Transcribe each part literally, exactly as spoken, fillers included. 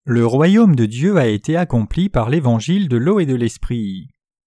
Le royaume de Dieu a été accompli par l'évangile de l'eau et de l'esprit.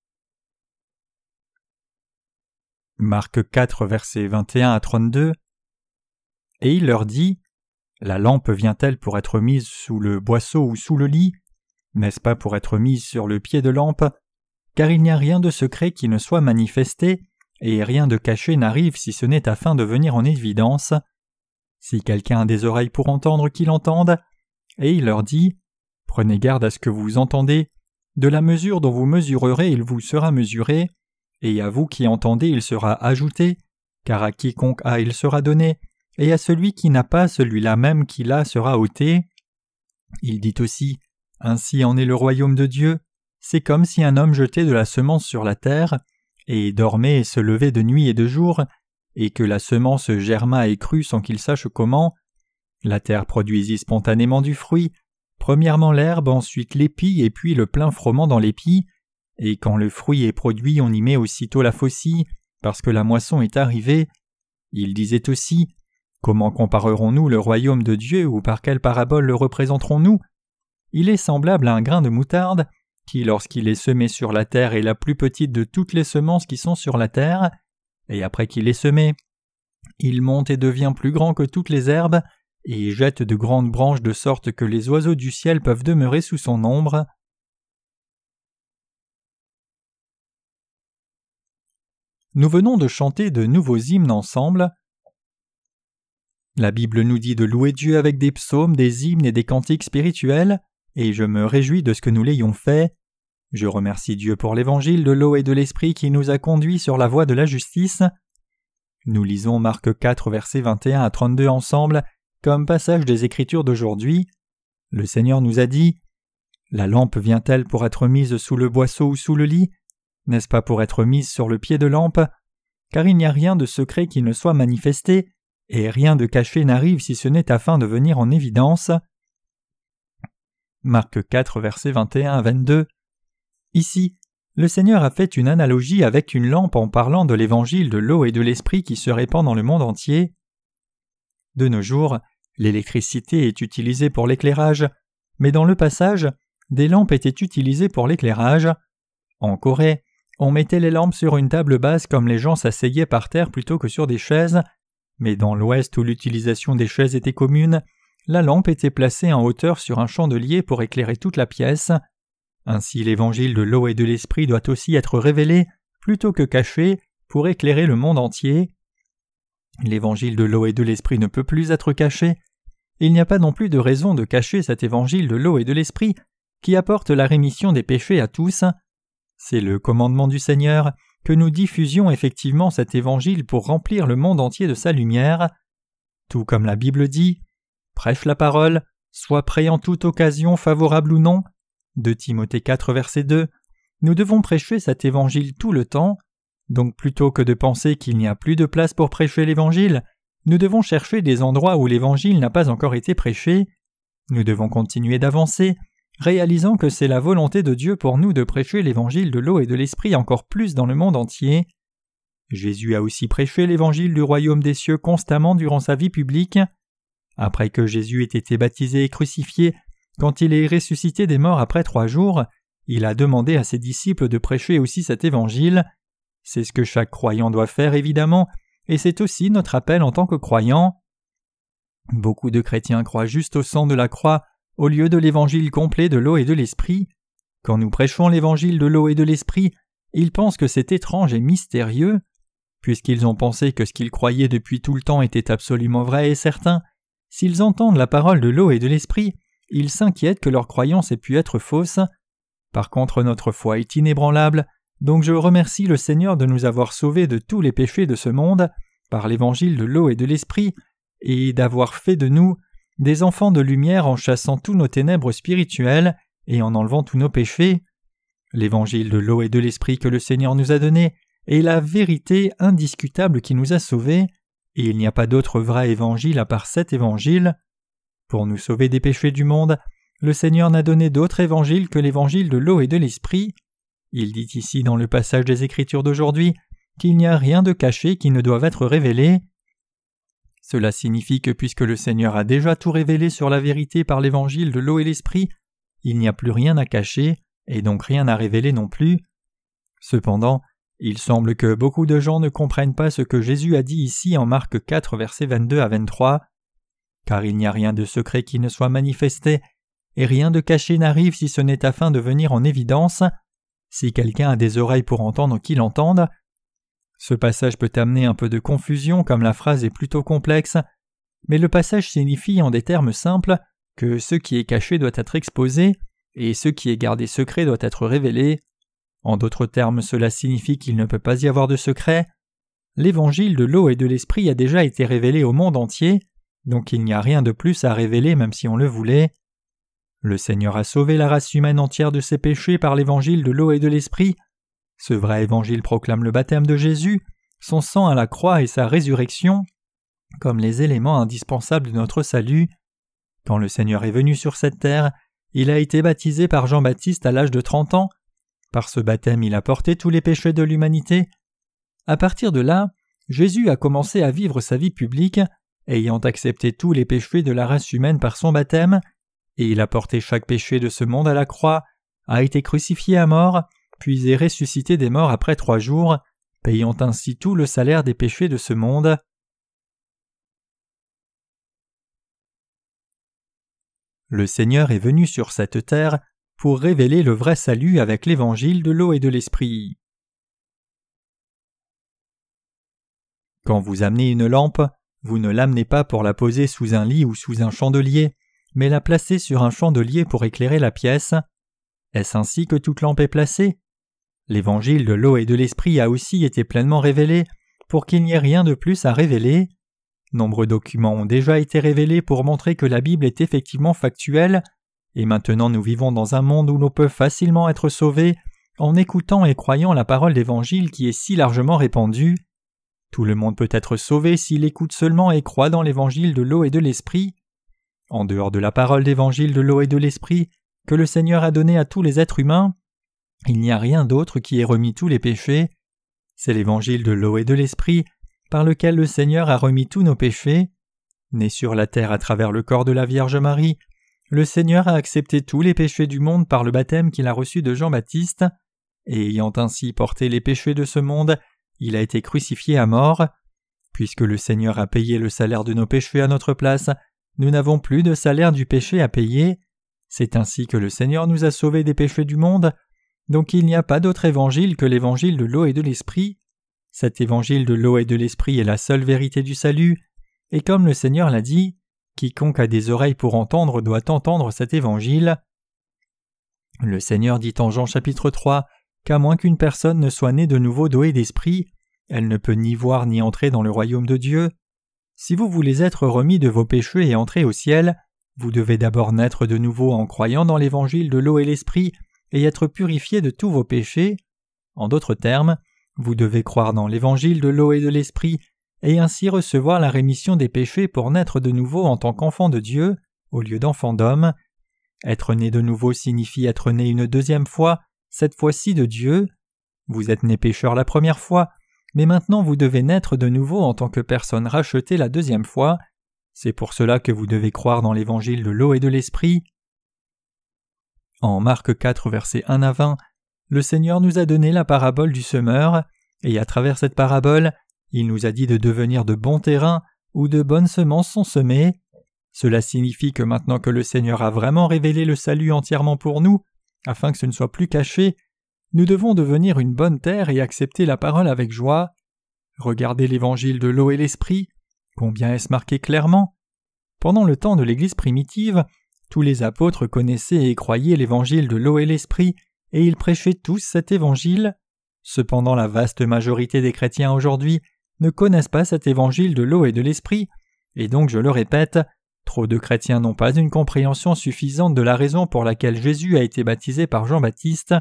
Marc quatre, versets vingt et un à trente-deux. Et il leur dit : La lampe vient-elle pour être mise sous le boisseau ou sous le lit ? N'est-ce pas pour être mise sur le pied de lampe ? Car il n'y a rien de secret qui ne soit manifesté, et rien de caché n'arrive si ce n'est afin de venir en évidence. Si quelqu'un a des oreilles pour entendre, qu'il entende. Et il leur dit : Prenez garde à ce que vous entendez. De la mesure dont vous mesurerez, il vous sera mesuré. Et à vous qui entendez, il sera ajouté. Car à quiconque a, il sera donné. Et à celui qui n'a pas, celui-là même qu'il a sera ôté. Il dit aussi : Ainsi en est le royaume de Dieu. C'est comme si un homme jetait de la semence sur la terre, et dormait et se levait de nuit et de jour, et que la semence germa et crut sans qu'il sache comment. La terre produisit spontanément du fruit, premièrement l'herbe, ensuite l'épi, et puis le plein froment dans l'épi. Et quand le fruit est produit, on y met aussitôt la faucille, parce que la moisson est arrivée. Il disait aussi : Comment comparerons-nous le royaume de Dieu, ou par quelle parabole le représenterons-nous ? Il est semblable à un grain de moutarde, qui, lorsqu'il est semé sur la terre, est la plus petite de toutes les semences qui sont sur la terre, et après qu'il est semé, il monte et devient plus grand que toutes les herbes, et jette de grandes branches de sorte que les oiseaux du ciel peuvent demeurer sous son ombre. Nous venons de chanter de nouveaux hymnes ensemble. La Bible nous dit de louer Dieu avec des psaumes, des hymnes et des cantiques spirituels, et je me réjouis de ce que nous l'ayons fait. Je remercie Dieu pour l'évangile de l'eau et de l'esprit qui nous a conduits sur la voie de la justice. Nous lisons Marc quatre, versets vingt et un à trente-deux ensemble, comme passage des Écritures d'aujourd'hui. Le Seigneur nous a dit : La lampe vient-elle pour être mise sous le boisseau ou sous le lit ? N'est-ce pas pour être mise sur le pied de lampe ? Car il n'y a rien de secret qui ne soit manifesté, et rien de caché n'arrive si ce n'est afin de venir en évidence. Marc quatre, versets vingt et un à vingt-deux. Ici, le Seigneur a fait une analogie avec une lampe en parlant de l'évangile de l'eau et de l'esprit qui se répand dans le monde entier. De nos jours, l'électricité est utilisée pour l'éclairage, mais dans le passage, des lampes étaient utilisées pour l'éclairage. En Corée, on mettait les lampes sur une table basse comme les gens s'asseyaient par terre plutôt que sur des chaises, mais dans l'Ouest où l'utilisation des chaises était commune, la lampe était placée en hauteur sur un chandelier pour éclairer toute la pièce. Ainsi l'évangile de l'eau et de l'esprit doit aussi être révélé, plutôt que caché, pour éclairer le monde entier. L'évangile de l'eau et de l'esprit ne peut plus être caché. Il n'y a pas non plus de raison de cacher cet évangile de l'eau et de l'esprit qui apporte la rémission des péchés à tous. C'est le commandement du Seigneur que nous diffusions effectivement cet évangile pour remplir le monde entier de sa lumière. Tout comme la Bible dit : Prêche la parole, sois prêt en toute occasion, favorable ou non. deux Timothée quatre, verset deux. Nous devons prêcher cet évangile tout le temps. Donc plutôt que de penser qu'il n'y a plus de place pour prêcher l'évangile, nous devons chercher des endroits où l'évangile n'a pas encore été prêché. Nous devons continuer d'avancer, réalisant que c'est la volonté de Dieu pour nous de prêcher l'évangile de l'eau et de l'esprit encore plus dans le monde entier. Jésus a aussi prêché l'évangile du royaume des cieux constamment durant sa vie publique. Après que Jésus ait été baptisé et crucifié, quand il est ressuscité des morts après trois jours, il a demandé à ses disciples de prêcher aussi cet évangile. C'est ce que chaque croyant doit faire évidemment, et c'est aussi notre appel en tant que croyants. Beaucoup de chrétiens croient juste au sang de la croix, au lieu de l'évangile complet de l'eau et de l'esprit. Quand nous prêchons l'évangile de l'eau et de l'esprit, ils pensent que c'est étrange et mystérieux. Puisqu'ils ont pensé que ce qu'ils croyaient depuis tout le temps était absolument vrai et certain, s'ils entendent la parole de l'eau et de l'esprit, ils s'inquiètent que leur croyance ait pu être fausse. Par contre, notre foi est inébranlable, donc je remercie le Seigneur de nous avoir sauvés de tous les péchés de ce monde par l'évangile de l'eau et de l'esprit, et d'avoir fait de nous des enfants de lumière en chassant tous nos ténèbres spirituelles et en enlevant tous nos péchés. L'évangile de l'eau et de l'esprit que le Seigneur nous a donné est la vérité indiscutable qui nous a sauvés, et il n'y a pas d'autre vrai évangile à part cet évangile. Pour nous sauver des péchés du monde, le Seigneur n'a donné d'autre évangile que l'évangile de l'eau et de l'esprit. Il dit ici dans le passage des Écritures d'aujourd'hui qu'il n'y a rien de caché qui ne doive être révélé. Cela signifie que puisque le Seigneur a déjà tout révélé sur la vérité par l'évangile de l'eau et l'esprit, il n'y a plus rien à cacher et donc rien à révéler non plus. Cependant, il semble que beaucoup de gens ne comprennent pas ce que Jésus a dit ici en Marc quatre, versets vingt-deux à vingt-trois. Car il n'y a rien de secret qui ne soit manifesté, et rien de caché n'arrive si ce n'est afin de venir en évidence. Si quelqu'un a des oreilles pour entendre, qu'il entende. Ce passage peut amener un peu de confusion comme la phrase est plutôt complexe, mais le passage signifie en des termes simples que ce qui est caché doit être exposé et ce qui est gardé secret doit être révélé. En d'autres termes, cela signifie qu'il ne peut pas y avoir de secret. L'évangile de l'eau et de l'esprit a déjà été révélé au monde entier, donc il n'y a rien de plus à révéler même si on le voulait. Le Seigneur a sauvé la race humaine entière de ses péchés par l'évangile de l'eau et de l'esprit. Ce vrai évangile proclame le baptême de Jésus, son sang à la croix et sa résurrection comme les éléments indispensables de notre salut. Quand le Seigneur est venu sur cette terre, il a été baptisé par Jean-Baptiste à l'âge de trente ans. Par ce baptême, il a porté tous les péchés de l'humanité. À partir de là, Jésus a commencé à vivre sa vie publique, ayant accepté tous les péchés de la race humaine par son baptême, et il a porté chaque péché de ce monde à la croix, a été crucifié à mort, puis est ressuscité des morts après trois jours, payant ainsi tout le salaire des péchés de ce monde. Le Seigneur est venu sur cette terre pour révéler le vrai salut avec l'évangile de l'eau et de l'esprit. Quand vous amenez une lampe, vous ne l'amenez pas pour la poser sous un lit ou sous un chandelier, mais la placer sur un chandelier pour éclairer la pièce. Est-ce ainsi que toute lampe est placée ? L'évangile de l'eau et de l'esprit a aussi été pleinement révélé pour qu'il n'y ait rien de plus à révéler. Nombreux documents ont déjà été révélés pour montrer que la Bible est effectivement factuelle, et maintenant nous vivons dans un monde où l'on peut facilement être sauvé en écoutant et croyant la parole d'Évangile qui est si largement répandue. Tout le monde peut être sauvé s'il écoute seulement et croit dans l'Évangile de l'eau et de l'Esprit. En dehors de la parole d'Évangile de l'eau et de l'Esprit que le Seigneur a donnée à tous les êtres humains, il n'y a rien d'autre qui ait remis tous les péchés. C'est l'Évangile de l'eau et de l'Esprit par lequel le Seigneur a remis tous nos péchés. Né sur la terre à travers le corps de la Vierge Marie, le Seigneur a accepté tous les péchés du monde par le baptême qu'il a reçu de Jean-Baptiste, et ayant ainsi porté les péchés de ce monde, il a été crucifié à mort. Puisque le Seigneur a payé le salaire de nos péchés à notre place, nous n'avons plus de salaire du péché à payer. C'est ainsi que le Seigneur nous a sauvés des péchés du monde, donc il n'y a pas d'autre évangile que l'évangile de l'eau et de l'esprit. Cet évangile de l'eau et de l'esprit est la seule vérité du salut, et comme le Seigneur l'a dit, quiconque a des oreilles pour entendre doit entendre cet évangile. Le Seigneur dit en Jean chapitre trois qu'à moins qu'une personne ne soit née de nouveau d'eau et d'esprit, elle ne peut ni voir ni entrer dans le royaume de Dieu. Si vous voulez être remis de vos péchés et entrer au ciel, vous devez d'abord naître de nouveau en croyant dans l'évangile de l'eau et l'esprit et être purifié de tous vos péchés. En d'autres termes, vous devez croire dans l'évangile de l'eau et de l'esprit et ainsi recevoir la rémission des péchés pour naître de nouveau en tant qu'enfant de Dieu, au lieu d'enfant d'homme. Être né de nouveau signifie être né une deuxième fois, cette fois-ci de Dieu. Vous êtes né pécheur la première fois, mais maintenant vous devez naître de nouveau en tant que personne rachetée la deuxième fois. C'est pour cela que vous devez croire dans l'évangile de l'eau et de l'esprit. En Marc quatre, versets un à vingt, le Seigneur nous a donné la parabole du semeur, et à travers cette parabole, il nous a dit de devenir de bons terrains où de bonnes semences sont semées. Cela signifie que maintenant que le Seigneur a vraiment révélé le salut entièrement pour nous, afin que ce ne soit plus caché, nous devons devenir une bonne terre et accepter la parole avec joie. Regardez l'évangile de l'eau et l'esprit, combien est-ce marqué clairement? Pendant le temps de l'Église primitive, tous les apôtres connaissaient et croyaient l'évangile de l'eau et l'esprit, et ils prêchaient tous cet évangile. Cependant, la vaste majorité des chrétiens aujourd'hui ne connaissent pas cet évangile de l'eau et de l'esprit, et donc je le répète, trop de chrétiens n'ont pas une compréhension suffisante de la raison pour laquelle Jésus a été baptisé par Jean-Baptiste.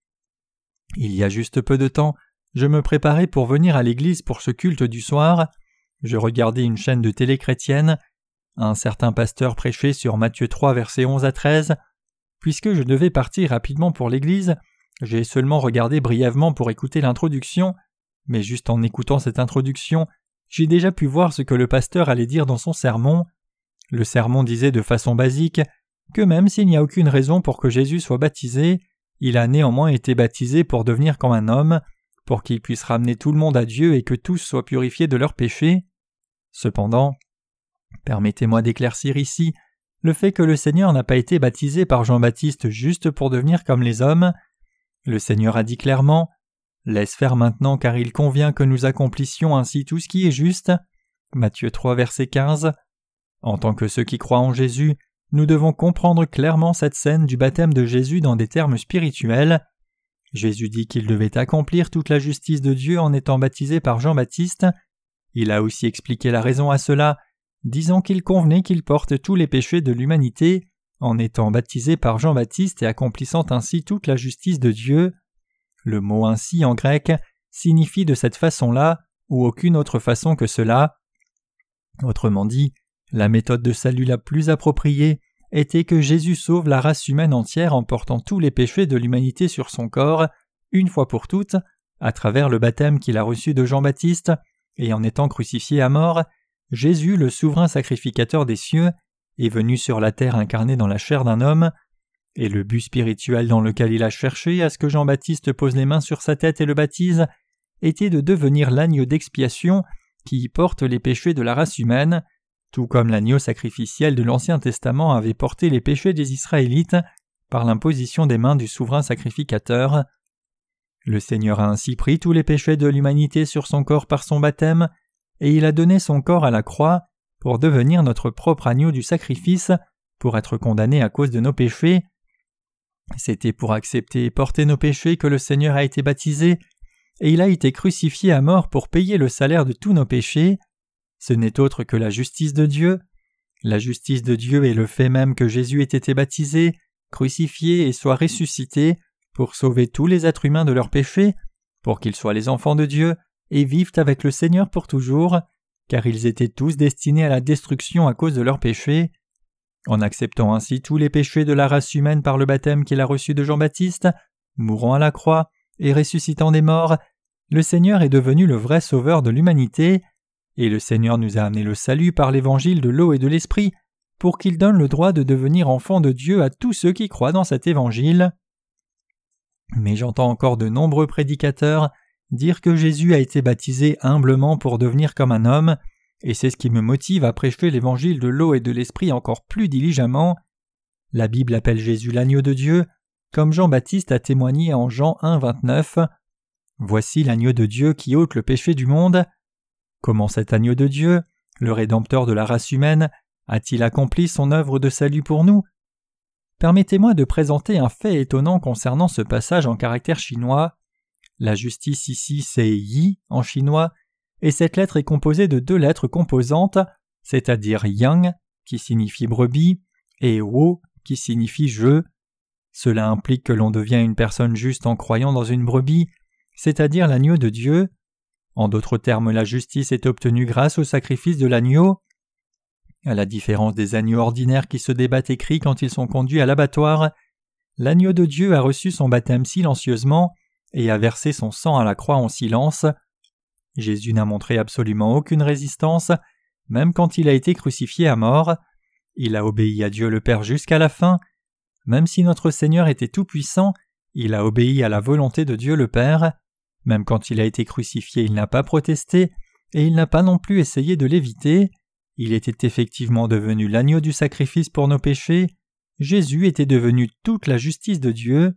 Il y a juste peu de temps, je me préparais pour venir à l'église pour ce culte du soir. Je regardais une chaîne de télé chrétienne. Un certain pasteur prêchait sur Matthieu trois, versets onze à treize. Puisque je devais partir rapidement pour l'église, j'ai seulement regardé brièvement pour écouter l'introduction, mais juste en écoutant cette introduction, j'ai déjà pu voir ce que le pasteur allait dire dans son sermon. Le sermon disait de façon basique que même s'il n'y a aucune raison pour que Jésus soit baptisé, il a néanmoins été baptisé pour devenir comme un homme, pour qu'il puisse ramener tout le monde à Dieu et que tous soient purifiés de leurs péchés. Cependant, permettez-moi d'éclaircir ici le fait que le Seigneur n'a pas été baptisé par Jean-Baptiste juste pour devenir comme les hommes. Le Seigneur a dit clairement « Laisse faire maintenant car il convient que nous accomplissions ainsi tout ce qui est juste » Matthieu trois verset quinze. En tant que ceux qui croient en Jésus, nous devons comprendre clairement cette scène du baptême de Jésus dans des termes spirituels. Jésus dit qu'il devait accomplir toute la justice de Dieu en étant baptisé par Jean-Baptiste. Il a aussi expliqué la raison à cela, disant qu'il convenait qu'il porte tous les péchés de l'humanité en étant baptisé par Jean-Baptiste et accomplissant ainsi toute la justice de Dieu. Le mot « ainsi » en grec signifie de cette façon-là ou aucune autre façon que cela. Autrement dit, la méthode de salut la plus appropriée était que Jésus sauve la race humaine entière en portant tous les péchés de l'humanité sur son corps, une fois pour toutes, à travers le baptême qu'il a reçu de Jean-Baptiste, et en étant crucifié à mort, Jésus, le souverain sacrificateur des cieux, est venu sur la terre incarné dans la chair d'un homme, et le but spirituel dans lequel il a cherché à ce que Jean-Baptiste pose les mains sur sa tête et le baptise était de devenir l'agneau d'expiation qui porte les péchés de la race humaine, tout comme l'agneau sacrificiel de l'Ancien Testament avait porté les péchés des Israélites par l'imposition des mains du souverain sacrificateur. Le Seigneur a ainsi pris tous les péchés de l'humanité sur son corps par son baptême, et il a donné son corps à la croix pour devenir notre propre agneau du sacrifice, pour être condamné à cause de nos péchés. C'était pour accepter et porter nos péchés que le Seigneur a été baptisé, et il a été crucifié à mort pour payer le salaire de tous nos péchés. Ce n'est autre que la justice de Dieu. La justice de Dieu est le fait même que Jésus ait été baptisé, crucifié et soit ressuscité pour sauver tous les êtres humains de leurs péchés, pour qu'ils soient les enfants de Dieu et vivent avec le Seigneur pour toujours, car ils étaient tous destinés à la destruction à cause de leurs péchés. En acceptant ainsi tous les péchés de la race humaine par le baptême qu'il a reçu de Jean-Baptiste, mourant à la croix et ressuscitant des morts, le Seigneur est devenu le vrai sauveur de l'humanité, et le Seigneur nous a amené le salut par l'évangile de l'eau et de l'esprit pour qu'il donne le droit de devenir enfants de Dieu à tous ceux qui croient dans cet évangile. Mais j'entends encore de nombreux prédicateurs dire que Jésus a été baptisé humblement pour devenir comme un homme, et c'est ce qui me motive à prêcher l'évangile de l'eau et de l'esprit encore plus diligemment. La Bible appelle Jésus l'agneau de Dieu, comme Jean-Baptiste a témoigné en Jean un vingt-neuf. « Voici l'agneau de Dieu qui ôte le péché du monde. » Comment cet agneau de Dieu, le Rédempteur de la race humaine, a-t-il accompli son œuvre de salut pour nous? Permettez-moi de présenter un fait étonnant concernant ce passage en caractère chinois. La justice ici c'est Yi en chinois, et cette lettre est composée de deux lettres composantes, c'est-à-dire Yang, qui signifie brebis, et Wo, qui signifie je. Cela implique que l'on devient une personne juste en croyant dans une brebis, c'est-à-dire l'agneau de Dieu. En d'autres termes, la justice est obtenue grâce au sacrifice de l'agneau. À la différence des agneaux ordinaires qui se débattent et crient quand ils sont conduits à l'abattoir, l'agneau de Dieu a reçu son baptême silencieusement et a versé son sang à la croix en silence. Jésus n'a montré absolument aucune résistance, même quand il a été crucifié à mort. Il a obéi à Dieu le Père jusqu'à la fin. Même si notre Seigneur était tout-puissant, il a obéi à la volonté de Dieu le Père. Même quand il a été crucifié, il n'a pas protesté, et il n'a pas non plus essayé de l'éviter. Il était effectivement devenu l'agneau du sacrifice pour nos péchés. Jésus était devenu toute la justice de Dieu.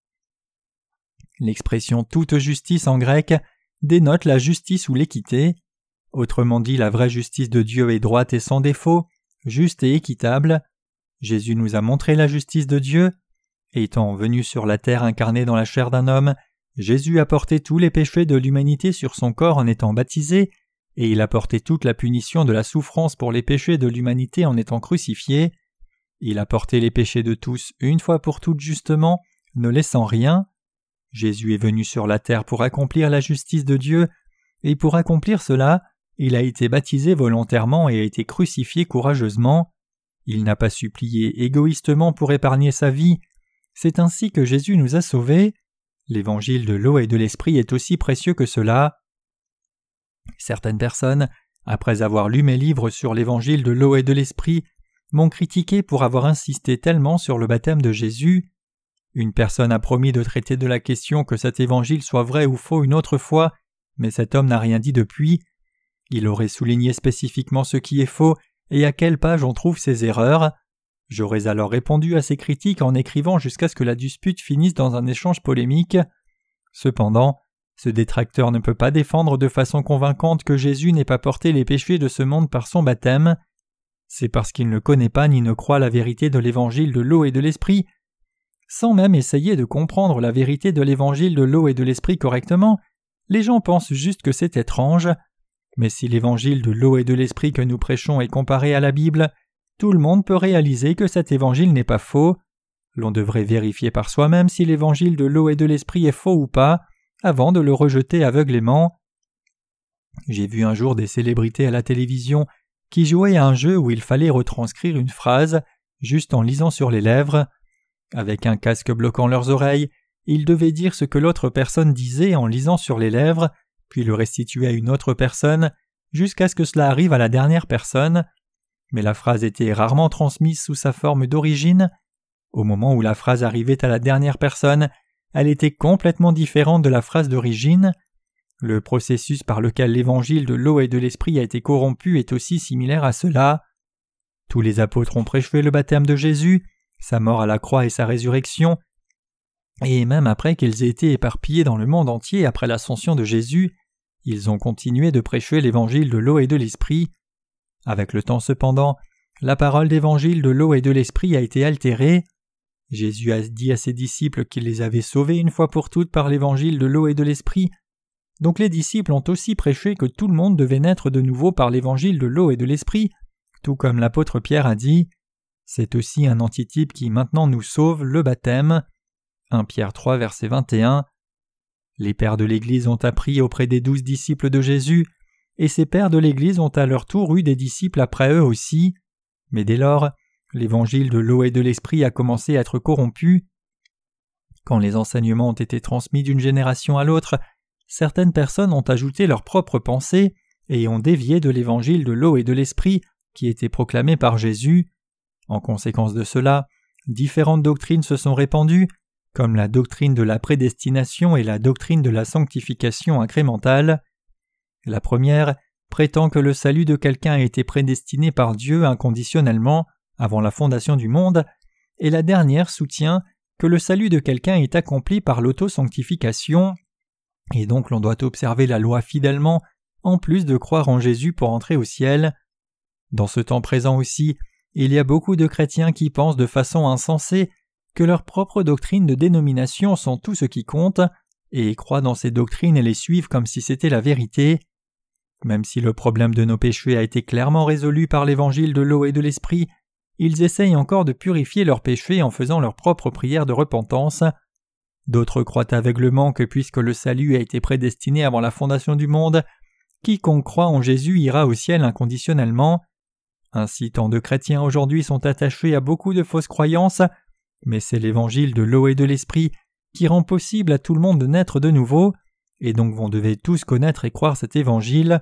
L'expression « toute justice » en grec dénote la justice ou l'équité. Autrement dit, la vraie justice de Dieu est droite et sans défaut, juste et équitable. Jésus nous a montré la justice de Dieu. Étant venu sur la terre incarné dans la chair d'un homme, Jésus a porté tous les péchés de l'humanité sur son corps en étant baptisé, et il a porté toute la punition de la souffrance pour les péchés de l'humanité en étant crucifié. Il a porté les péchés de tous une fois pour toutes justement, ne laissant rien. Jésus est venu sur la terre pour accomplir la justice de Dieu, et pour accomplir cela, il a été baptisé volontairement et a été crucifié courageusement. Il n'a pas supplié égoïstement pour épargner sa vie. C'est ainsi que Jésus nous a sauvés. L'évangile de l'eau et de l'esprit est aussi précieux que cela. Certaines personnes après avoir lu mes livres sur l'évangile de l'eau et de l'esprit, m'ont critiqué pour avoir insisté tellement sur le baptême de Jésus. Une personne a promis de traiter de la question que cet évangile soit vrai ou faux une autre fois, mais cet homme n'a rien dit depuis. Il aurait souligné spécifiquement ce qui est faux et à quelle page on trouve ses erreurs. J'aurais alors répondu à ces critiques en écrivant jusqu'à ce que la dispute finisse dans un échange polémique. Cependant, ce détracteur ne peut pas défendre de façon convaincante que Jésus n'ait pas porté les péchés de ce monde par son baptême. C'est parce qu'il ne connaît pas ni ne croit la vérité de l'évangile de l'eau et de l'esprit. Sans même essayer de comprendre la vérité de l'évangile de l'eau et de l'esprit correctement, les gens pensent juste que c'est étrange. Mais si l'évangile de l'eau et de l'esprit que nous prêchons est comparé à la Bible, tout le monde peut réaliser que cet évangile n'est pas faux. L'on devrait vérifier par soi-même si l'évangile de l'eau et de l'esprit est faux ou pas, avant de le rejeter aveuglément. J'ai vu un jour des célébrités à la télévision qui jouaient à un jeu où il fallait retranscrire une phrase juste en lisant sur les lèvres. Avec un casque bloquant leurs oreilles, ils devaient dire ce que l'autre personne disait en lisant sur les lèvres, puis le restituer à une autre personne, jusqu'à ce que cela arrive à la dernière personne. Mais la phrase était rarement transmise sous sa forme d'origine. Au moment où la phrase arrivait à la dernière personne, elle était complètement différente de la phrase d'origine. Le processus par lequel l'évangile de l'eau et de l'esprit a été corrompu est aussi similaire à cela. Tous les apôtres ont prêché le baptême de Jésus, sa mort à la croix et sa résurrection, et même après qu'ils aient été éparpillés dans le monde entier après l'ascension de Jésus, ils ont continué de prêcher l'évangile de l'eau et de l'esprit. Avec le temps cependant, la parole d'évangile de l'eau et de l'esprit a été altérée. Jésus a dit à ses disciples qu'il les avait sauvés une fois pour toutes par l'évangile de l'eau et de l'esprit. Donc les disciples ont aussi prêché que tout le monde devait naître de nouveau par l'évangile de l'eau et de l'esprit, tout comme l'apôtre Pierre a dit. C'est aussi un antitype qui maintenant nous sauve, le baptême. un Pierre trois, verset vingt et un. Les pères de l'Église ont appris auprès des douze disciples de Jésus, et ces pères de l'Église ont à leur tour eu des disciples après eux aussi. Mais dès lors, l'évangile de l'eau et de l'esprit a commencé à être corrompu. Quand les enseignements ont été transmis d'une génération à l'autre, certaines personnes ont ajouté leurs propres pensées et ont dévié de l'évangile de l'eau et de l'esprit qui était proclamé par Jésus. En conséquence de cela, différentes doctrines se sont répandues, comme la doctrine de la prédestination et la doctrine de la sanctification incrémentale. La première prétend que le salut de quelqu'un a été prédestiné par Dieu inconditionnellement avant la fondation du monde, et la dernière soutient que le salut de quelqu'un est accompli par l'auto-sanctification, et donc l'on doit observer la loi fidèlement, en plus de croire en Jésus pour entrer au ciel. Dans ce temps présent aussi, il y a beaucoup de chrétiens qui pensent de façon insensée que leurs propres doctrines de dénomination sont tout ce qui compte, et croient dans ces doctrines et les suivent comme si c'était la vérité. Même si le problème de nos péchés a été clairement résolu par l'évangile de l'eau et de l'esprit, ils essayent encore de purifier leurs péchés en faisant leur propre prière de repentance. D'autres croient aveuglement que puisque le salut a été prédestiné avant la fondation du monde, quiconque croit en Jésus ira au ciel inconditionnellement. Ainsi, tant de chrétiens aujourd'hui sont attachés à beaucoup de fausses croyances, mais c'est l'évangile de l'eau et de l'esprit qui rend possible à tout le monde de naître de nouveau, et donc vous devez tous connaître et croire cet évangile.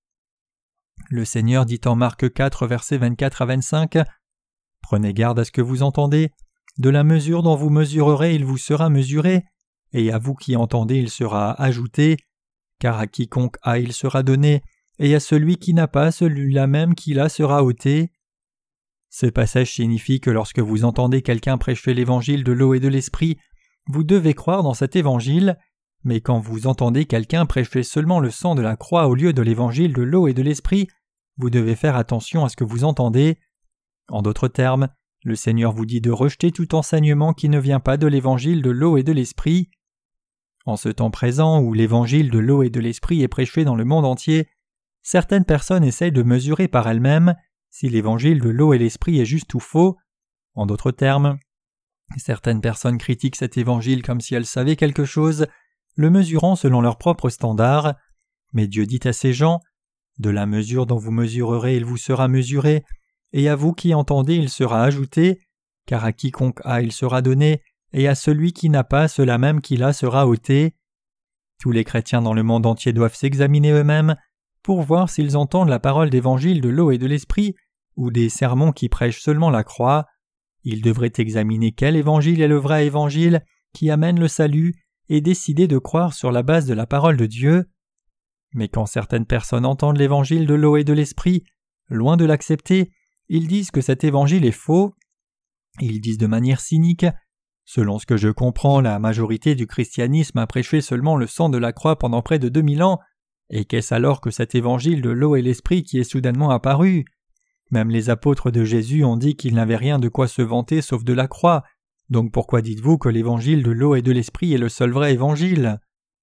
Le Seigneur dit en Marc quatre, versets vingt-quatre à vingt-cinq, « Prenez garde à ce que vous entendez, de la mesure dont vous mesurerez, il vous sera mesuré, et à vous qui entendez, il sera ajouté, car à quiconque a, il sera donné, et à celui qui n'a pas, celui-là même qui l'a sera ôté. » Ce passage signifie que lorsque vous entendez quelqu'un prêcher l'évangile de l'eau et de l'esprit, vous devez croire dans cet évangile, mais quand vous entendez quelqu'un prêcher seulement le sang de la croix au lieu de l'évangile de l'eau et de l'esprit, vous devez faire attention à ce que vous entendez. En d'autres termes, le Seigneur vous dit de rejeter tout enseignement qui ne vient pas de l'évangile de l'eau et de l'esprit. En ce temps présent où l'évangile de l'eau et de l'esprit est prêché dans le monde entier, certaines personnes essayent de mesurer par elles-mêmes si l'évangile de l'eau et l'esprit est juste ou faux. En d'autres termes, certaines personnes critiquent cet évangile comme si elles savaient quelque chose, le mesurant selon leurs propres standards. Mais Dieu dit à ces gens, « De la mesure dont vous mesurerez, il vous sera mesuré, et à vous qui entendez, il sera ajouté, car à quiconque a, il sera donné, et à celui qui n'a pas, cela même qu'il a sera ôté. » Tous les chrétiens dans le monde entier doivent s'examiner eux-mêmes. pour voir s'ils entendent la parole d'évangile de l'eau et de l'esprit ou des sermons qui prêchent seulement la croix. Ils devraient examiner quel évangile est le vrai évangile qui amène le salut et décider de croire sur la base de la parole de Dieu. Mais quand certaines personnes entendent l'évangile de l'eau et de l'esprit, loin de l'accepter, ils disent que cet évangile est faux. Ils disent de manière cynique « Selon ce que je comprends, la majorité du christianisme a prêché seulement le sang de la croix pendant près de deux mille ans, et qu'est-ce alors que cet évangile de l'eau et l'esprit qui est soudainement apparu ? Même les apôtres de Jésus ont dit qu'ils n'avaient rien de quoi se vanter sauf de la croix, donc pourquoi dites-vous que l'évangile de l'eau et de l'esprit est le seul vrai évangile ?»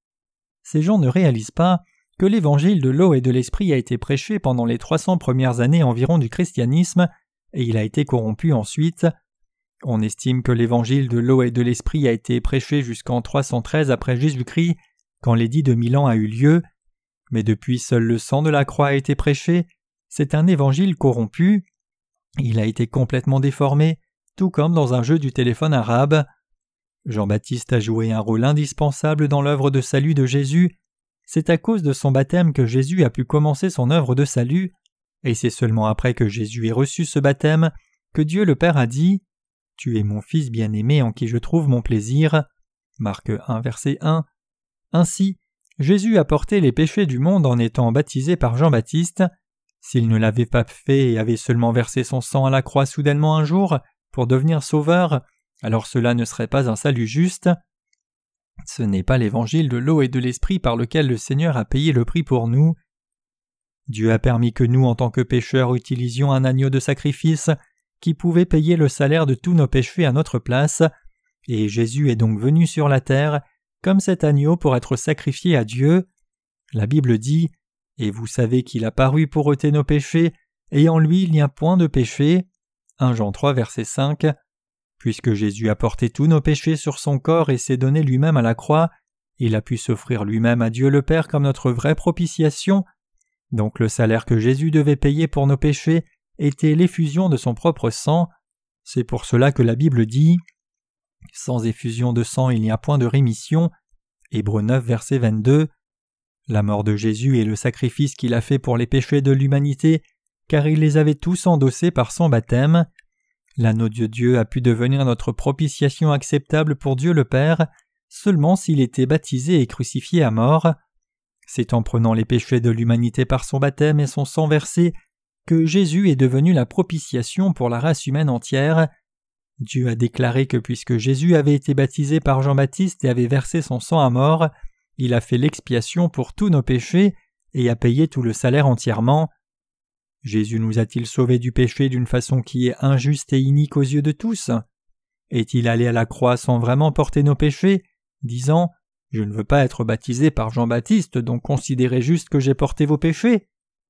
Ces gens ne réalisent pas que l'évangile de l'eau et de l'esprit a été prêché pendant les trois cents premières années environ du christianisme, et il a été corrompu ensuite. On estime que l'évangile de l'eau et de l'esprit a été prêché jusqu'en trois cent treize après Jésus-Christ, quand l'édit de Milan a eu lieu, mais depuis seul le sang de la croix a été prêché. C'est un évangile corrompu. Il a été complètement déformé, tout comme dans un jeu du téléphone arabe. Jean-Baptiste a joué un rôle indispensable dans l'œuvre de salut de Jésus. C'est à cause de son baptême que Jésus a pu commencer son œuvre de salut, et c'est seulement après que Jésus ait reçu ce baptême que Dieu le Père a dit « Tu es mon Fils bien-aimé en qui je trouve mon plaisir » Marc un, verset un. Ainsi, Jésus a porté les péchés du monde en étant baptisé par Jean-Baptiste. S'il ne l'avait pas fait et avait seulement versé son sang à la croix soudainement un jour pour devenir sauveur, alors cela ne serait pas un salut juste. Ce n'est pas l'évangile de l'eau et de l'esprit par lequel le Seigneur a payé le prix pour nous. Dieu a permis que nous, en tant que pécheurs, utilisions un agneau de sacrifice qui pouvait payer le salaire de tous nos péchés à notre place, et Jésus est donc venu sur la terre comme cet agneau pour être sacrifié à Dieu. La Bible dit « Et vous savez qu'il a paru pour ôter nos péchés, et en lui il n'y a point de péché. » premier Jean trois, verset cinq. Puisque Jésus a porté tous nos péchés sur son corps et s'est donné lui-même à la croix, il a pu s'offrir lui-même à Dieu le Père comme notre vraie propitiation. Donc le salaire que Jésus devait payer pour nos péchés était l'effusion de son propre sang. C'est pour cela que la Bible dit « Sans effusion de sang il n'y a point de rémission » Hébreux neuf, verset vingt-deux. La mort de Jésus est le sacrifice qu'il a fait pour les péchés de l'humanité, car il les avait tous endossés par son baptême. L'agneau de Dieu a pu devenir notre propitiation acceptable pour Dieu le Père, seulement s'il était baptisé et crucifié à mort. C'est en prenant les péchés de l'humanité par son baptême et son sang versé que Jésus est devenu la propitiation pour la race humaine entière. Dieu a déclaré que puisque Jésus avait été baptisé par Jean-Baptiste et avait versé son sang à mort, il a fait l'expiation pour tous nos péchés et a payé tout le salaire entièrement. Jésus nous a-t-il sauvés du péché d'une façon qui est injuste et inique aux yeux de tous ? Est-il allé à la croix sans vraiment porter nos péchés, disant « Je ne veux pas être baptisé par Jean-Baptiste, donc considérez juste que j'ai porté vos péchés »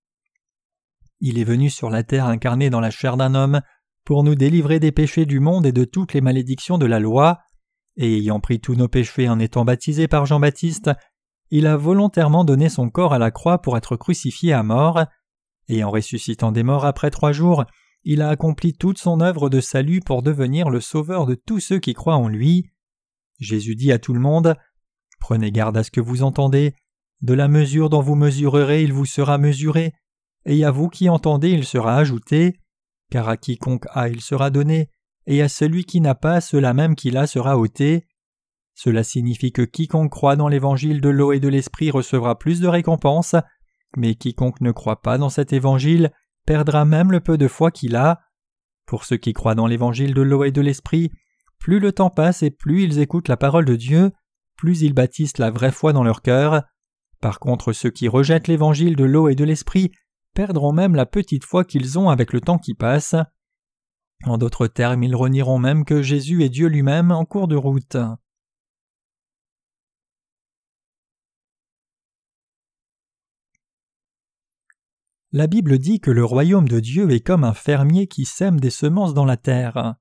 Il est venu sur la terre incarné dans la chair d'un homme pour nous délivrer des péchés du monde et de toutes les malédictions de la loi, et ayant pris tous nos péchés en étant baptisé par Jean-Baptiste, il a volontairement donné son corps à la croix pour être crucifié à mort, et en ressuscitant des morts après trois jours, il a accompli toute son œuvre de salut pour devenir le sauveur de tous ceux qui croient en lui. Jésus dit à tout le monde « Prenez garde à ce que vous entendez, de la mesure dont vous mesurerez, il vous sera mesuré, et à vous qui entendez, il sera ajouté, car à quiconque a, il sera donné, et à celui qui n'a pas, cela même qu'il a sera ôté. » Cela signifie que quiconque croit dans l'évangile de l'eau et de l'esprit recevra plus de récompenses, mais quiconque ne croit pas dans cet évangile perdra même le peu de foi qu'il a. Pour ceux qui croient dans l'évangile de l'eau et de l'esprit, plus le temps passe et plus ils écoutent la parole de Dieu, plus ils bâtissent la vraie foi dans leur cœur. Par contre, ceux qui rejettent l'évangile de l'eau et de l'esprit perdront même la petite foi qu'ils ont avec le temps qui passe. En d'autres termes, ils renieront même que Jésus est Dieu lui-même en cours de route. La Bible dit que le royaume de Dieu est comme un fermier qui sème des semences dans la terre.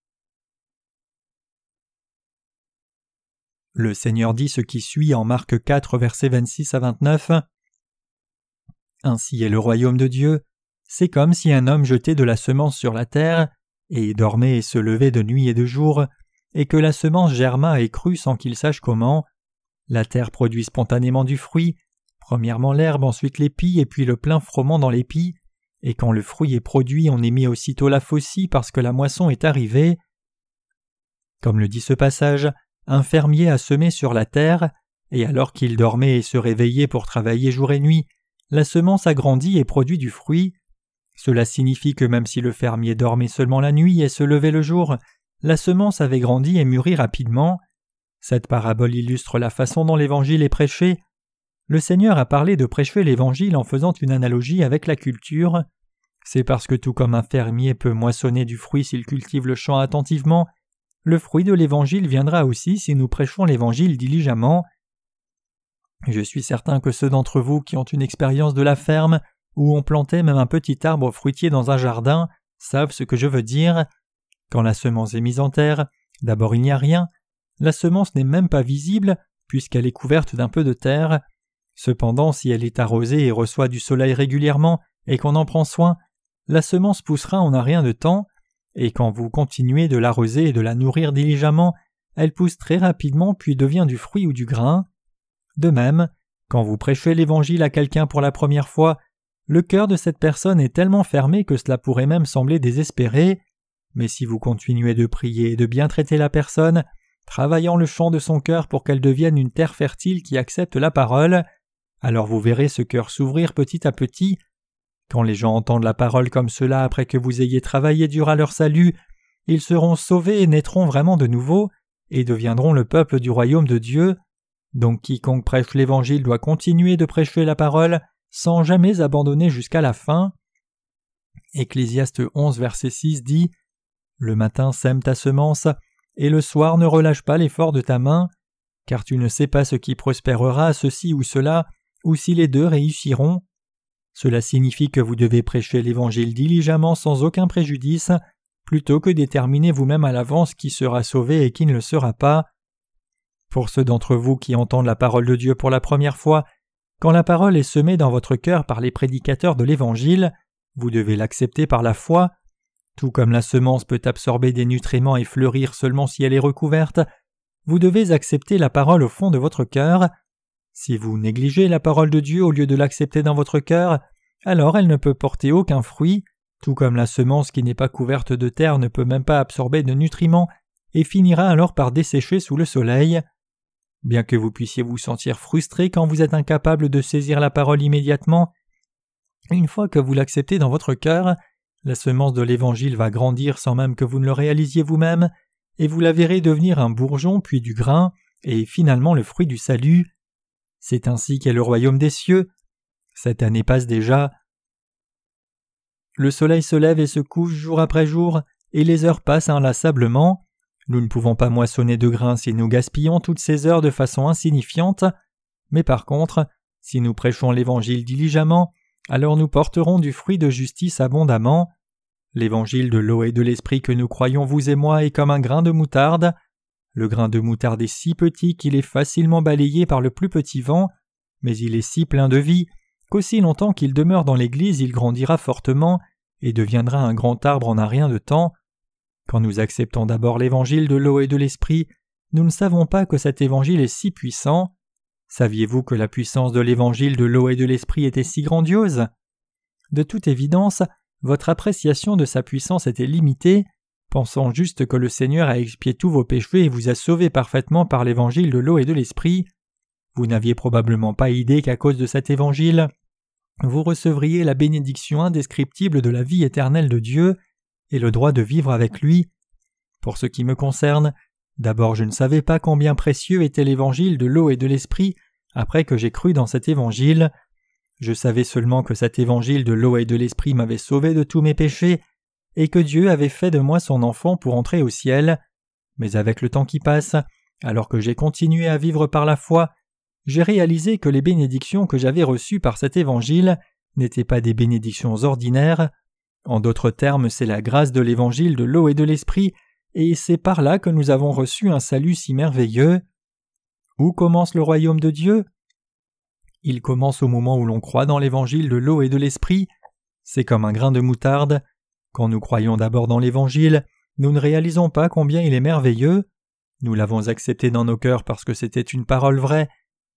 Le Seigneur dit ce qui suit en Marc quatre, versets vingt-six à vingt-neuf. « Ainsi est le royaume de Dieu, c'est comme si un homme jetait de la semence sur la terre, et dormait et se levait de nuit et de jour, et que la semence germa et crut sans qu'il sache comment. La terre produit spontanément du fruit, Premièrement l'herbe, ensuite l'épi, et puis le plein froment dans l'épi, et quand le fruit est produit, on émet aussitôt la faucille parce que la moisson est arrivée. Comme le dit ce passage, un fermier a semé sur la terre, et alors qu'il dormait et se réveillait pour travailler jour et nuit, la semence a grandi et produit du fruit. Cela signifie que même si le fermier dormait seulement la nuit et se levait le jour, la semence avait grandi et mûri rapidement. Cette parabole illustre la façon dont l'Évangile est prêché. Le Seigneur a parlé de prêcher l'Évangile en faisant une analogie avec la culture. C'est parce que tout comme un fermier peut moissonner du fruit s'il cultive le champ attentivement, le fruit de l'Évangile viendra aussi si nous prêchons l'Évangile diligemment. Je suis certain que ceux d'entre vous qui ont une expérience de la ferme, où on plantait même un petit arbre fruitier dans un jardin, savent ce que je veux dire. Quand la semence est mise en terre, d'abord il n'y a rien. La semence n'est même pas visible, puisqu'elle est couverte d'un peu de terre. Cependant, si elle est arrosée et reçoit du soleil régulièrement, et qu'on en prend soin, la semence poussera en un rien de temps, et quand vous continuez de l'arroser et de la nourrir diligemment, elle pousse très rapidement puis devient du fruit ou du grain. De même, quand vous prêchez l'Évangile à quelqu'un pour la première fois, le cœur de cette personne est tellement fermé que cela pourrait même sembler désespéré, mais si vous continuez de prier et de bien traiter la personne, travaillant le champ de son cœur pour qu'elle devienne une terre fertile qui accepte la parole, alors vous verrez ce cœur s'ouvrir petit à petit. Quand les gens entendent la parole comme cela après que vous ayez travaillé dur à leur salut, ils seront sauvés et naîtront vraiment de nouveau, et deviendront le peuple du royaume de Dieu. Donc quiconque prêche l'Évangile doit continuer de prêcher la parole sans jamais abandonner jusqu'à la fin. Ecclésiaste onze verset six dit « Le matin sème ta semence, et le soir ne relâche pas l'effort de ta main, car tu ne sais pas ce qui prospérera, ceci ou cela, ou si les deux réussiront. » Cela signifie que vous devez prêcher l'Évangile diligemment sans aucun préjudice, plutôt que déterminer vous-même à l'avance qui sera sauvé et qui ne le sera pas. Pour ceux d'entre vous qui entendent la parole de Dieu pour la première fois, quand la parole est semée dans votre cœur par les prédicateurs de l'Évangile, vous devez l'accepter par la foi. Tout comme la semence peut absorber des nutriments et fleurir seulement si elle est recouverte, vous devez accepter la parole au fond de votre cœur. Si vous négligez la parole de Dieu au lieu de l'accepter dans votre cœur, alors elle ne peut porter aucun fruit, tout comme la semence qui n'est pas couverte de terre ne peut même pas absorber de nutriments et finira alors par dessécher sous le soleil. Bien que vous puissiez vous sentir frustré quand vous êtes incapable de saisir la parole immédiatement, une fois que vous l'acceptez dans votre cœur, la semence de l'Évangile va grandir sans même que vous ne le réalisiez vous-même, et vous la verrez devenir un bourgeon puis du grain, et finalement le fruit du salut. C'est ainsi qu'est le royaume des cieux. Cette année passe déjà. Le soleil se lève et se couche jour après jour, et les heures passent inlassablement. Nous ne pouvons pas moissonner de grains si nous gaspillons toutes ces heures de façon insignifiante, mais par contre, si nous prêchons l'Évangile diligemment, alors nous porterons du fruit de justice abondamment. L'Évangile de l'eau et de l'Esprit que nous croyons vous et moi est comme un grain de moutarde. Le grain de moutarde est si petit qu'il est facilement balayé par le plus petit vent, mais il est si plein de vie qu'aussi longtemps qu'il demeure dans l'Église il grandira fortement et deviendra un grand arbre en un rien de temps. Quand nous acceptons d'abord l'Évangile de l'eau et de l'Esprit, nous ne savons pas que cet Évangile est si puissant. Saviez-vous que la puissance de l'Évangile de l'eau et de l'Esprit était si grandiose ? De toute évidence, votre appréciation de sa puissance était limitée, pensant juste que le Seigneur a expié tous vos péchés et vous a sauvé parfaitement par l'Évangile de l'eau et de l'Esprit. Vous n'aviez probablement pas idée qu'à cause de cet Évangile, vous recevriez la bénédiction indescriptible de la vie éternelle de Dieu et le droit de vivre avec lui. Pour ce qui me concerne, d'abord je ne savais pas combien précieux était l'Évangile de l'eau et de l'Esprit après que j'ai cru dans cet Évangile. Je savais seulement que cet Évangile de l'eau et de l'Esprit m'avait sauvé de tous mes péchés et que Dieu avait fait de moi son enfant pour entrer au ciel. Mais avec le temps qui passe, alors que j'ai continué à vivre par la foi, j'ai réalisé que les bénédictions que j'avais reçues par cet Évangile n'étaient pas des bénédictions ordinaires. En d'autres termes, c'est la grâce de l'Évangile de l'eau et de l'Esprit, et c'est par là que nous avons reçu un salut si merveilleux. Où commence le royaume de Dieu ? Il commence au moment où l'on croit dans l'Évangile de l'eau et de l'Esprit. C'est comme un grain de moutarde. Quand nous croyons d'abord dans l'Évangile, nous ne réalisons pas combien il est merveilleux. Nous l'avons accepté dans nos cœurs parce que c'était une parole vraie,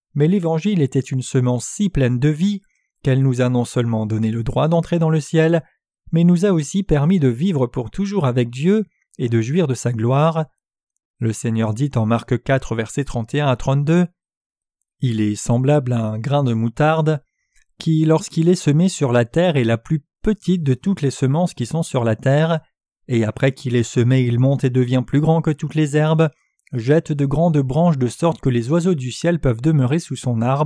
mais l'Évangile était une semence si pleine de vie qu'elle nous a non seulement donné le droit d'entrer dans le ciel, mais nous a aussi permis de vivre pour toujours avec Dieu et de jouir de sa gloire. Le Seigneur dit en Marc quatre, versets trente et un à trente-deux, « Il est semblable à un grain de moutarde, qui, lorsqu'il est semé sur la terre, est la plus petite de toutes les semences qui sont sur la terre, et après qu'il est semé, il monte et devient plus grand que toutes les herbes, jette de grandes branches de sorte que les oiseaux du ciel peuvent demeurer sous son arbre. »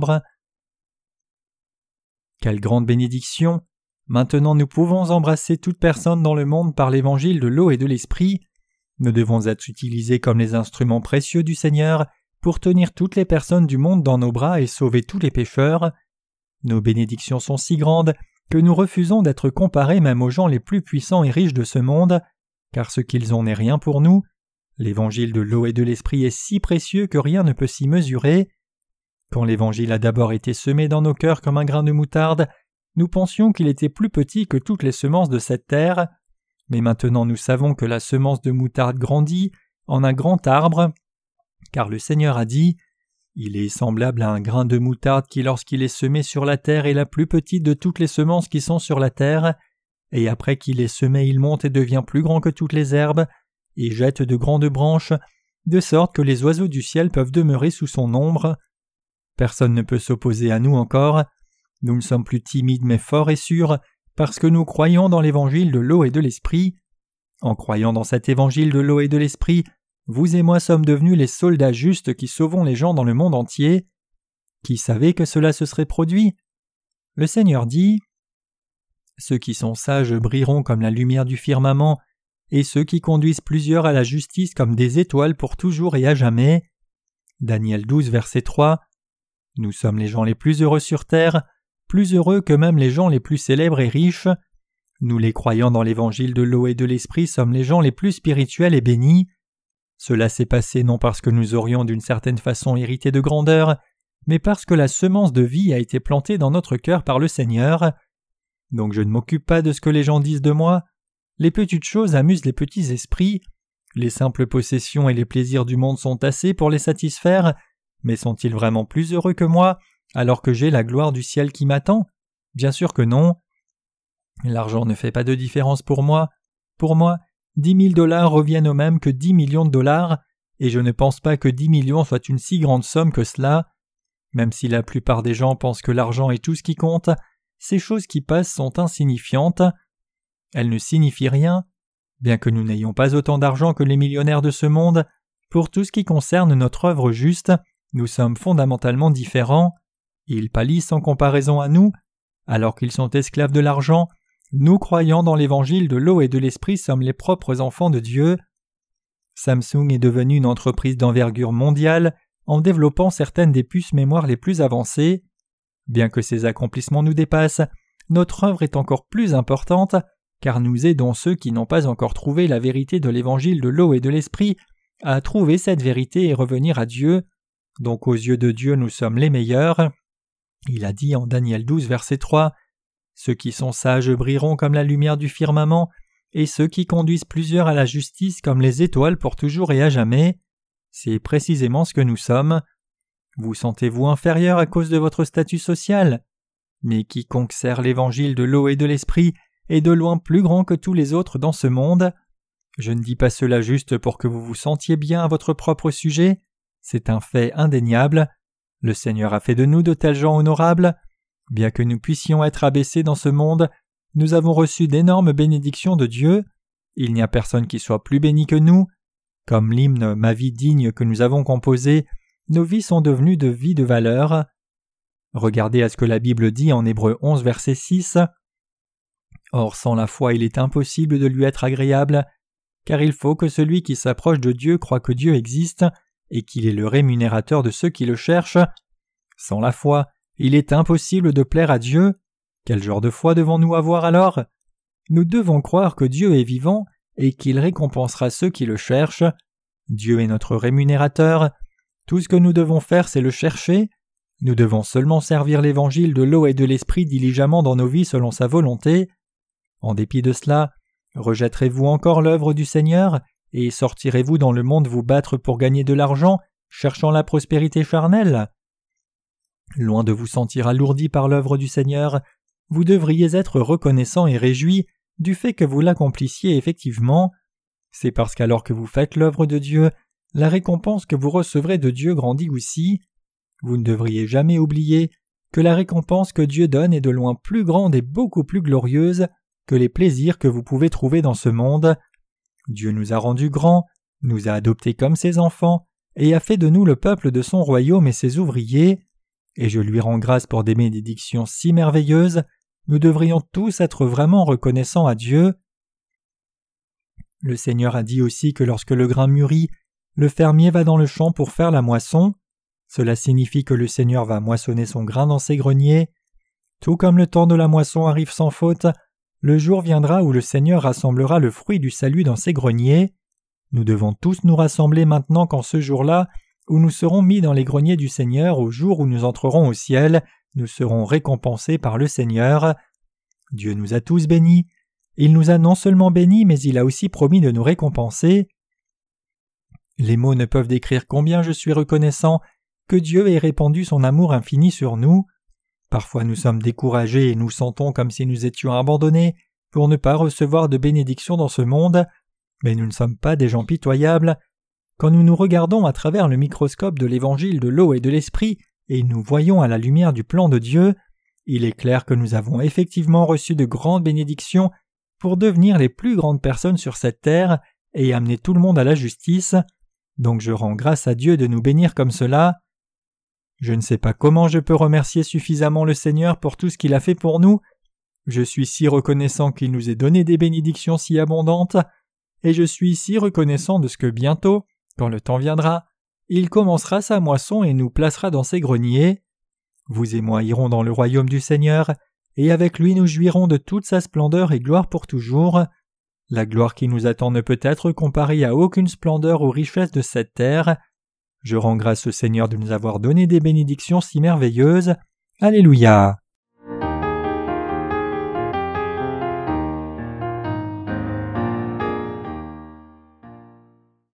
Quelle grande bénédiction! Maintenant nous pouvons embrasser toute personne dans le monde par l'évangile de l'eau et de l'esprit. Nous devons être utilisés comme les instruments précieux du Seigneur pour tenir toutes les personnes du monde dans nos bras et sauver tous les pécheurs. Nos bénédictions sont si grandes que nous refusons d'être comparés même aux gens les plus puissants et riches de ce monde, car ce qu'ils ont n'est rien pour nous. L'évangile de l'eau et de l'esprit est si précieux que rien ne peut s'y mesurer. Quand l'évangile a d'abord été semé dans nos cœurs comme un grain de moutarde, nous pensions qu'il était plus petit que toutes les semences de cette terre, mais maintenant nous savons que la semence de moutarde grandit en un grand arbre, car le Seigneur a dit « Il est semblable à un grain de moutarde qui, lorsqu'il est semé sur la terre, est la plus petite de toutes les semences qui sont sur la terre, et après qu'il est semé, il monte et devient plus grand que toutes les herbes, et jette de grandes branches, de sorte que les oiseaux du ciel peuvent demeurer sous son ombre. » Personne ne peut s'opposer à nous encore. Nous ne sommes plus timides mais forts et sûrs, parce que nous croyons dans l'évangile de l'eau et de l'esprit. En croyant dans cet évangile de l'eau et de l'esprit, vous et moi sommes devenus les soldats justes qui sauvons les gens dans le monde entier. Qui savait que cela se serait produit? Le Seigneur dit « Ceux qui sont sages brilleront comme la lumière du firmament, et ceux qui conduisent plusieurs à la justice comme des étoiles pour toujours et à jamais. » Daniel douze, verset trois. Nous sommes les gens les plus heureux sur terre, plus heureux que même les gens les plus célèbres et riches. Nous les croyants dans l'évangile de l'eau et de l'esprit sommes les gens les plus spirituels et bénis. Cela s'est passé non parce que nous aurions d'une certaine façon hérité de grandeur, mais parce que la semence de vie a été plantée dans notre cœur par le Seigneur. Donc je ne m'occupe pas de ce que les gens disent de moi. Les petites choses amusent les petits esprits. Les simples possessions et les plaisirs du monde sont assez pour les satisfaire, mais sont-ils vraiment plus heureux que moi, alors que j'ai la gloire du ciel qui m'attend? Bien sûr que non. L'argent ne fait pas de différence pour moi. Pour moi, dix mille dollars reviennent au même que dix millions de dollars, et je ne pense pas que dix millions soit une si grande somme que cela. Même si la plupart des gens pensent que l'argent est tout ce qui compte, ces choses qui passent sont insignifiantes. Elles ne signifient rien. Bien que nous n'ayons pas autant d'argent que les millionnaires de ce monde, pour tout ce qui concerne notre œuvre juste, nous sommes fondamentalement différents. Ils pâlissent en comparaison à nous. Alors qu'ils sont esclaves de l'argent, nous croyant dans l'évangile de l'eau et de l'esprit sommes les propres enfants de Dieu. Samsung est devenue une entreprise d'envergure mondiale en développant certaines des puces mémoire les plus avancées. Bien que ces accomplissements nous dépassent, notre œuvre est encore plus importante, car nous aidons ceux qui n'ont pas encore trouvé la vérité de l'évangile de l'eau et de l'esprit à trouver cette vérité et revenir à Dieu. Donc aux yeux de Dieu nous sommes les meilleurs. Il a dit en Daniel douze, verset trois, « Ceux qui sont sages brilleront comme la lumière du firmament, et ceux qui conduisent plusieurs à la justice comme les étoiles pour toujours et à jamais. » C'est précisément ce que nous sommes. Vous sentez-vous inférieur à cause de votre statut social? Mais quiconque sert l'évangile de l'eau et de l'esprit est de loin plus grand que tous les autres dans ce monde. Je ne dis pas cela juste pour que vous vous sentiez bien à votre propre sujet. C'est un fait indéniable. Le Seigneur a fait de nous de tels gens honorables. Bien que nous puissions être abaissés dans ce monde, nous avons reçu d'énormes bénédictions de Dieu. Il n'y a personne qui soit plus béni que nous. Comme l'hymne « Ma vie digne » que nous avons composé, nos vies sont devenues de vie de valeur. Regardez à ce que la Bible dit en Hébreux onze, verset six. « Or sans la foi il est impossible de lui être agréable, car il faut que celui qui s'approche de Dieu croie que Dieu existe, et qu'il est le rémunérateur de ceux qui le cherchent. Sans la foi, il est impossible de plaire à Dieu. Quel genre de foi devons-nous avoir alors? Nous devons croire que Dieu est vivant et qu'il récompensera ceux qui le cherchent. Dieu est notre rémunérateur. Tout ce que nous devons faire, c'est le chercher. Nous devons seulement servir l'évangile de l'eau et de l'esprit diligemment dans nos vies selon sa volonté. En dépit de cela, rejetterez-vous encore l'œuvre du Seigneur et sortirez-vous dans le monde vous battre pour gagner de l'argent, cherchant la prospérité charnelle? Loin de vous sentir alourdi par l'œuvre du Seigneur, vous devriez être reconnaissant et réjoui du fait que vous l'accomplissiez effectivement. C'est parce qu'alors que vous faites l'œuvre de Dieu, la récompense que vous recevrez de Dieu grandit aussi. Vous ne devriez jamais oublier que la récompense que Dieu donne est de loin plus grande et beaucoup plus glorieuse que les plaisirs que vous pouvez trouver dans ce monde. Dieu nous a rendus grands, nous a adoptés comme ses enfants, et a fait de nous le peuple de son royaume et ses ouvriers. Et je lui rends grâce pour des bénédictions si merveilleuses, nous devrions tous être vraiment reconnaissants à Dieu. Le Seigneur a dit aussi que lorsque le grain mûrit, le fermier va dans le champ pour faire la moisson. Cela signifie que le Seigneur va moissonner son grain dans ses greniers. Tout comme le temps de la moisson arrive sans faute, le jour viendra où le Seigneur rassemblera le fruit du salut dans ses greniers. Nous devons tous nous rassembler maintenant qu'en ce jour-là, où nous serons mis dans les greniers du Seigneur, au jour où nous entrerons au ciel, nous serons récompensés par le Seigneur. Dieu nous a tous bénis. Il nous a non seulement bénis, mais il a aussi promis de nous récompenser. Les mots ne peuvent décrire combien je suis reconnaissant que Dieu ait répandu son amour infini sur nous. Parfois nous sommes découragés et nous sentons comme si nous étions abandonnés pour ne pas recevoir de bénédiction dans ce monde, mais nous ne sommes pas des gens pitoyables. Quand nous nous regardons à travers le microscope de l'évangile de l'eau et de l'esprit et nous voyons à la lumière du plan de Dieu, il est clair que nous avons effectivement reçu de grandes bénédictions pour devenir les plus grandes personnes sur cette terre et amener tout le monde à la justice. Donc je rends grâce à Dieu de nous bénir comme cela. Je ne sais pas comment je peux remercier suffisamment le Seigneur pour tout ce qu'il a fait pour nous. Je suis si reconnaissant qu'il nous ait donné des bénédictions si abondantes, et je suis si reconnaissant de ce que bientôt, quand le temps viendra, il commencera sa moisson et nous placera dans ses greniers. Vous et moi irons dans le royaume du Seigneur, et avec lui nous jouirons de toute sa splendeur et gloire pour toujours. La gloire qui nous attend ne peut être comparée à aucune splendeur ou richesse de cette terre. Je rends grâce au Seigneur de nous avoir donné des bénédictions si merveilleuses. Alléluia.